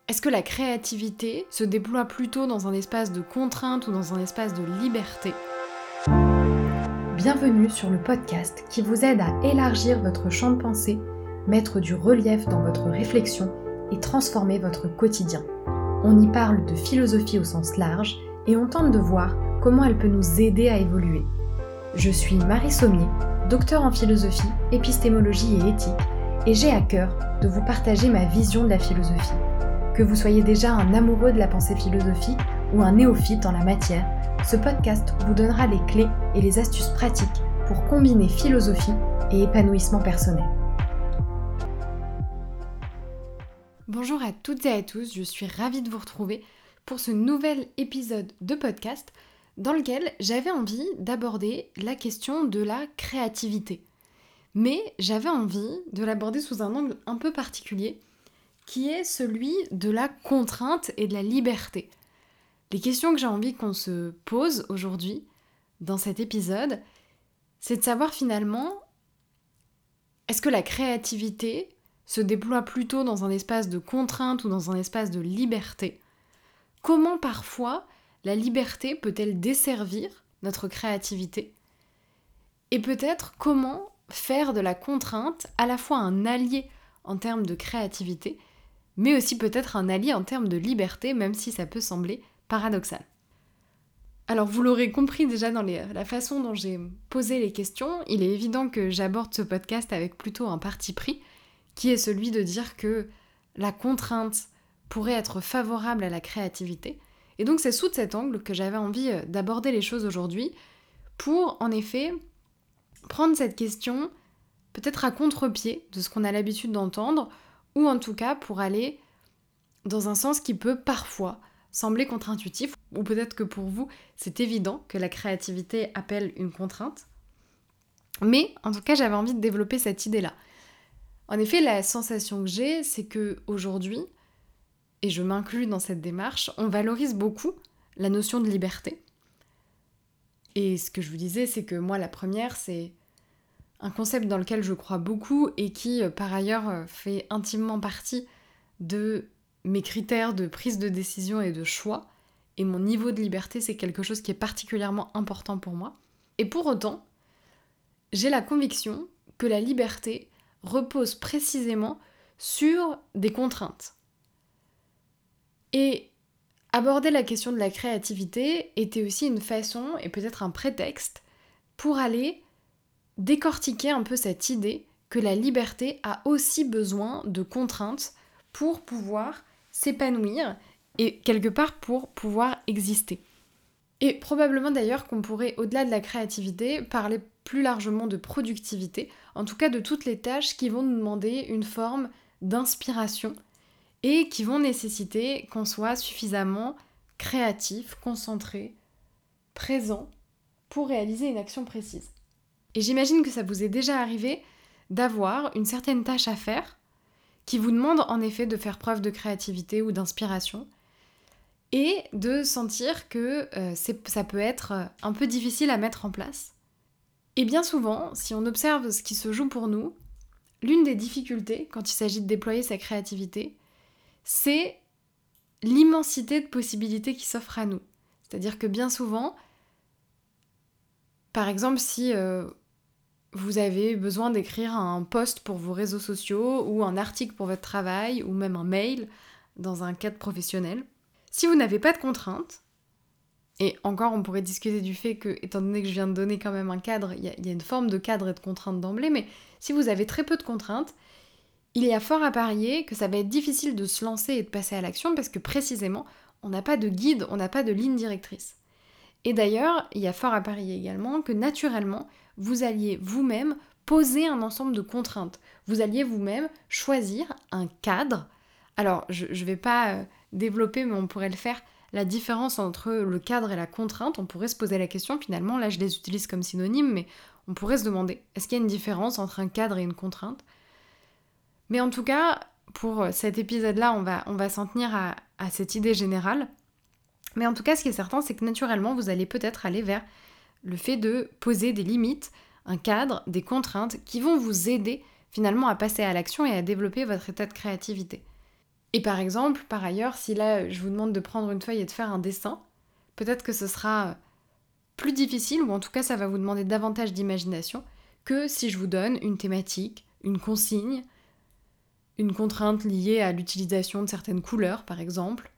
Est-ce que la créativité se déploie plutôt dans un espace de contrainte ou dans un espace de liberté ? Bienvenue sur le podcast qui vous aide à élargir votre champ de pensée, mettre du relief dans votre réflexion et transformer votre quotidien. On y parle de philosophie au sens large et on tente de voir comment elle peut nous aider à évoluer. Je suis Marie Sommier, docteure en philosophie, épistémologie et éthique, et j'ai à cœur de vous partager ma vision de la philosophie. Que vous soyez déjà un amoureux de la pensée philosophique ou un néophyte en la matière, ce podcast vous donnera les clés et les astuces pratiques pour combiner philosophie et épanouissement personnel. Bonjour à toutes et à tous, je suis ravie de vous retrouver pour ce nouvel épisode de podcast dans lequel j'avais envie d'aborder la question de la créativité. Mais j'avais envie de l'aborder sous un angle un peu particulier, qui est celui de la contrainte et de la liberté. Les questions que j'ai envie qu'on se pose aujourd'hui, dans cet épisode, c'est de savoir finalement, est-ce que la créativité se déploie plutôt dans un espace de contrainte ou dans un espace de liberté ? Comment parfois la liberté peut-elle desservir notre créativité ? Et peut-être comment faire de la contrainte à la fois un allié en termes de créativité, mais aussi peut-être un allié en termes de liberté, même si ça peut sembler paradoxal. Alors vous l'aurez compris déjà dans la façon dont j'ai posé les questions, il est évident que j'aborde ce podcast avec plutôt un parti pris, qui est celui de dire que la contrainte pourrait être favorable à la créativité. Et donc c'est sous cet angle que j'avais envie d'aborder les choses aujourd'hui, pour en effet prendre cette question peut-être à contre-pied de ce qu'on a l'habitude d'entendre, ou en tout cas pour aller dans un sens qui peut parfois sembler contre-intuitif, ou peut-être que pour vous c'est évident que la créativité appelle une contrainte. Mais en tout cas j'avais envie de développer cette idée-là. En effet, la sensation que j'ai, c'est qu'aujourd'hui, et je m'inclus dans cette démarche, on valorise beaucoup la notion de liberté. Et ce que je vous disais, c'est que moi la première, c'est un concept dans lequel je crois beaucoup et qui, par ailleurs, fait intimement partie de mes critères de prise de décision et de choix. Et mon niveau de liberté, c'est quelque chose qui est particulièrement important pour moi. Et pour autant, j'ai la conviction que la liberté repose précisément sur des contraintes. Et aborder la question de la créativité était aussi une façon, et peut-être un prétexte, pour aller décortiquer un peu cette idée que la liberté a aussi besoin de contraintes pour pouvoir s'épanouir et quelque part pour pouvoir exister. Et probablement d'ailleurs qu'on pourrait, au-delà de la créativité, parler plus largement de productivité, en tout cas de toutes les tâches qui vont nous demander une forme d'inspiration et qui vont nécessiter qu'on soit suffisamment créatif, concentré, présent pour réaliser une action précise. Et j'imagine que ça vous est déjà arrivé d'avoir une certaine tâche à faire qui vous demande en effet de faire preuve de créativité ou d'inspiration et de sentir que ça peut être un peu difficile à mettre en place. Et bien souvent, si on observe ce qui se joue pour nous, l'une des difficultés quand il s'agit de déployer sa créativité, c'est l'immensité de possibilités qui s'offrent à nous. C'est-à-dire que bien souvent, par exemple, si vous avez besoin d'écrire un post pour vos réseaux sociaux ou un article pour votre travail ou même un mail dans un cadre professionnel, si vous n'avez pas de contraintes, et encore on pourrait discuter du fait que, étant donné que je viens de donner quand même un cadre, il y a une forme de cadre et de contraintes d'emblée, mais si vous avez très peu de contraintes, il y a fort à parier que ça va être difficile de se lancer et de passer à l'action parce que précisément, on n'a pas de guide, on n'a pas de ligne directrice. Et d'ailleurs, il y a fort à parier également que naturellement, vous alliez vous-même poser un ensemble de contraintes. Vous alliez vous-même choisir un cadre. Alors, je ne vais pas développer, mais on pourrait le faire, la différence entre le cadre et la contrainte. On pourrait se poser la question, finalement, là je les utilise comme synonymes, mais on pourrait se demander, est-ce qu'il y a une différence entre un cadre et une contrainte ? Mais en tout cas, pour cet épisode-là, on va s'en tenir à cette idée générale. Mais en tout cas, ce qui est certain, c'est que naturellement, vous allez peut-être aller vers le fait de poser des limites, un cadre, des contraintes qui vont vous aider finalement à passer à l'action et à développer votre état de créativité. Et par exemple, par ailleurs, si là je vous demande de prendre une feuille et de faire un dessin, peut-être que ce sera plus difficile, ou en tout cas ça va vous demander davantage d'imagination, que si je vous donne une thématique, une consigne, une contrainte liée à l'utilisation de certaines couleurs par exemple,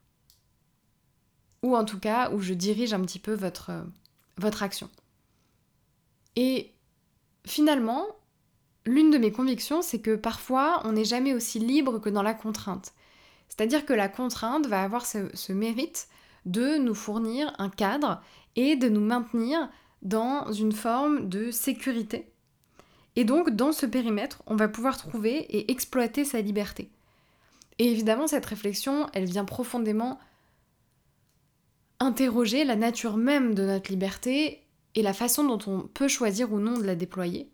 ou en tout cas où je dirige un petit peu votre action. Et finalement, l'une de mes convictions, c'est que parfois on n'est jamais aussi libre que dans la contrainte. C'est-à-dire que la contrainte va avoir ce mérite de nous fournir un cadre et de nous maintenir dans une forme de sécurité. Et donc, dans ce périmètre, on va pouvoir trouver et exploiter sa liberté. Et évidemment, cette réflexion, elle vient profondément interroger la nature même de notre liberté et la façon dont on peut choisir ou non de la déployer.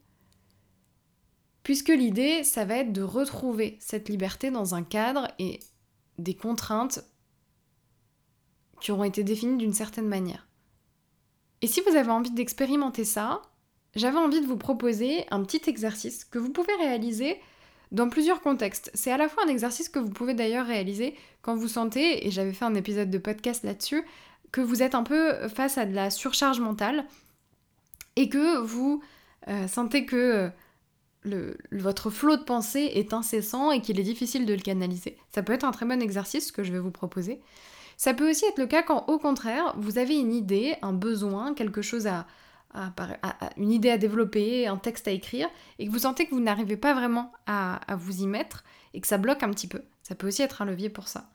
Puisque l'idée, ça va être de retrouver cette liberté dans un cadre et des contraintes qui auront été définies d'une certaine manière. Et si vous avez envie d'expérimenter ça, j'avais envie de vous proposer un petit exercice que vous pouvez réaliser dans plusieurs contextes. C'est à la fois un exercice que vous pouvez d'ailleurs réaliser quand vous sentez, et j'avais fait un épisode de podcast là-dessus, que vous êtes un peu face à de la surcharge mentale et que vous sentez que votre flot de pensée est incessant et qu'il est difficile de le canaliser. Ça peut être un très bon exercice que je vais vous proposer. Ça peut aussi être le cas quand, au contraire, vous avez une idée, un besoin, quelque chose une idée à développer, un texte à écrire, et que vous sentez que vous n'arrivez pas vraiment à vous y mettre, et que ça bloque un petit peu. Ça peut aussi être un levier pour ça.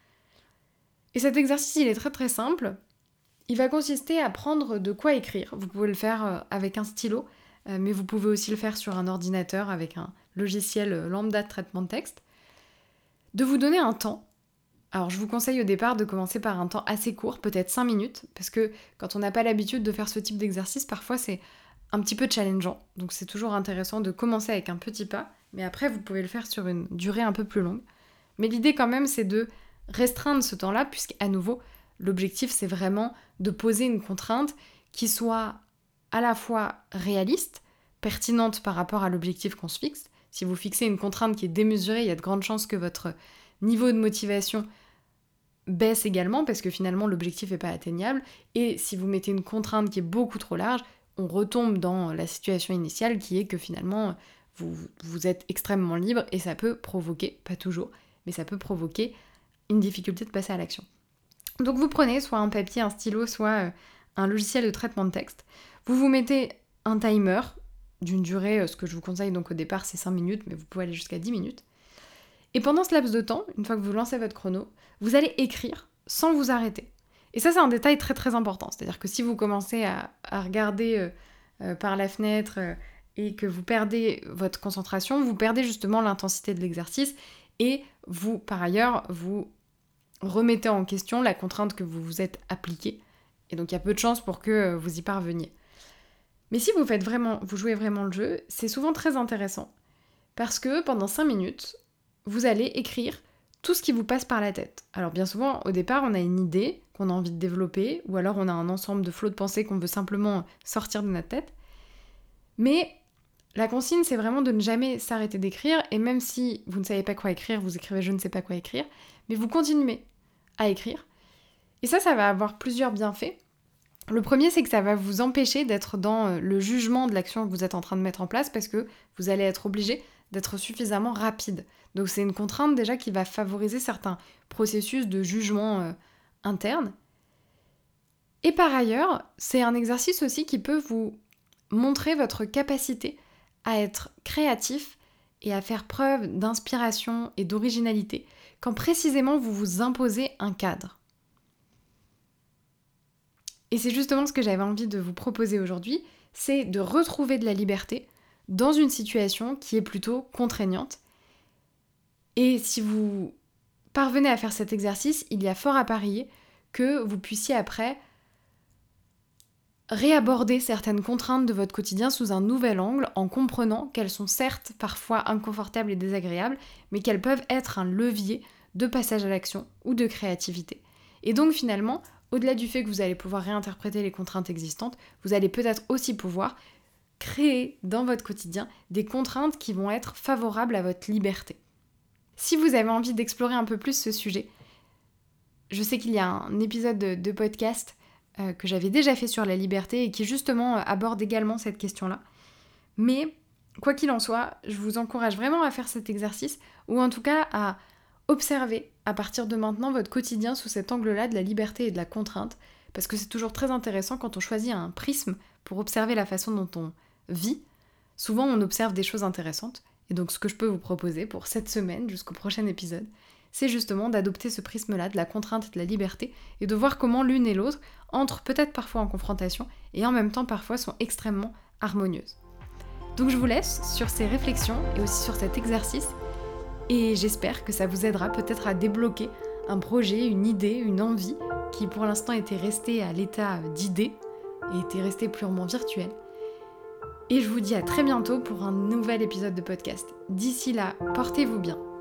Et cet exercice, il est très très simple. Il va consister à prendre de quoi écrire. Vous pouvez le faire avec un stylo, mais vous pouvez aussi le faire sur un ordinateur avec un logiciel lambda de traitement de texte. De vous donner un temps. Alors je vous conseille au départ de commencer par un temps assez court, peut-être 5 minutes, parce que quand on n'a pas l'habitude de faire ce type d'exercice, parfois c'est un petit peu challengeant. Donc c'est toujours intéressant de commencer avec un petit pas, mais après vous pouvez le faire sur une durée un peu plus longue. Mais l'idée quand même c'est de restreindre ce temps-là, puisqu'à nouveau, l'objectif c'est vraiment de poser une contrainte qui soit à la fois réaliste, pertinente par rapport à l'objectif qu'on se fixe. Si vous fixez une contrainte qui est démesurée, il y a de grandes chances que votre niveau de motivation baisse également parce que finalement l'objectif n'est pas atteignable, et si vous mettez une contrainte qui est beaucoup trop large, on retombe dans la situation initiale qui est que finalement vous êtes extrêmement libre et ça peut provoquer, pas toujours, mais ça peut provoquer une difficulté de passer à l'action. Donc vous prenez soit un papier, un stylo, soit un logiciel de traitement de texte, vous vous mettez un timer d'une durée, ce que je vous conseille donc au départ c'est 5 minutes, mais vous pouvez aller jusqu'à 10 minutes. Et pendant ce laps de temps, une fois que vous lancez votre chrono, vous allez écrire sans vous arrêter. Et ça, c'est un détail très très important. C'est-à-dire que si vous commencez à regarder par la fenêtre et que vous perdez votre concentration, vous perdez justement l'intensité de l'exercice et vous, par ailleurs, vous remettez en question la contrainte que vous vous êtes appliquée. Et donc il y a peu de chances pour que vous y parveniez. Mais si vous jouez vraiment le jeu, c'est souvent très intéressant. Parce que pendant 5 minutes, vous allez écrire tout ce qui vous passe par la tête. Alors bien souvent, au départ, on a une idée qu'on a envie de développer, ou alors on a un ensemble de flots de pensées qu'on veut simplement sortir de notre tête. Mais la consigne, c'est vraiment de ne jamais s'arrêter d'écrire, et même si vous ne savez pas quoi écrire, vous écrivez « je ne sais pas quoi écrire », mais vous continuez à écrire. Et ça va avoir plusieurs bienfaits. Le premier, c'est que ça va vous empêcher d'être dans le jugement de l'action que vous êtes en train de mettre en place, parce que vous allez être obligé d'être suffisamment rapide. Donc c'est une contrainte déjà qui va favoriser certains processus de jugement interne. Et par ailleurs, c'est un exercice aussi qui peut vous montrer votre capacité à être créatif et à faire preuve d'inspiration et d'originalité quand précisément vous vous imposez un cadre. Et c'est justement ce que j'avais envie de vous proposer aujourd'hui, c'est de retrouver de la liberté dans une situation qui est plutôt contraignante. Et si vous parvenez à faire cet exercice, il y a fort à parier que vous puissiez après réaborder certaines contraintes de votre quotidien sous un nouvel angle en comprenant qu'elles sont certes parfois inconfortables et désagréables, mais qu'elles peuvent être un levier de passage à l'action ou de créativité. Et donc finalement, au-delà du fait que vous allez pouvoir réinterpréter les contraintes existantes, vous allez peut-être aussi pouvoir créer dans votre quotidien des contraintes qui vont être favorables à votre liberté. Si vous avez envie d'explorer un peu plus ce sujet, je sais qu'il y a un épisode de podcast que j'avais déjà fait sur la liberté et qui justement aborde également cette question-là. Mais quoi qu'il en soit, je vous encourage vraiment à faire cet exercice ou en tout cas à observer à partir de maintenant votre quotidien sous cet angle-là de la liberté et de la contrainte, parce que c'est toujours très intéressant quand on choisit un prisme pour observer la façon dont on vit. Souvent on observe des choses intéressantes, et donc ce que je peux vous proposer pour cette semaine jusqu'au prochain épisode, c'est justement d'adopter ce prisme-là de la contrainte et de la liberté, et de voir comment l'une et l'autre entrent peut-être parfois en confrontation, et en même temps parfois sont extrêmement harmonieuses. Donc je vous laisse sur ces réflexions et aussi sur cet exercice, et j'espère que ça vous aidera peut-être à débloquer un projet, une idée, une envie qui pour l'instant était restée à l'état d'idée et était restée purement virtuelle. Et je vous dis à très bientôt pour un nouvel épisode de podcast. D'ici là, portez-vous bien.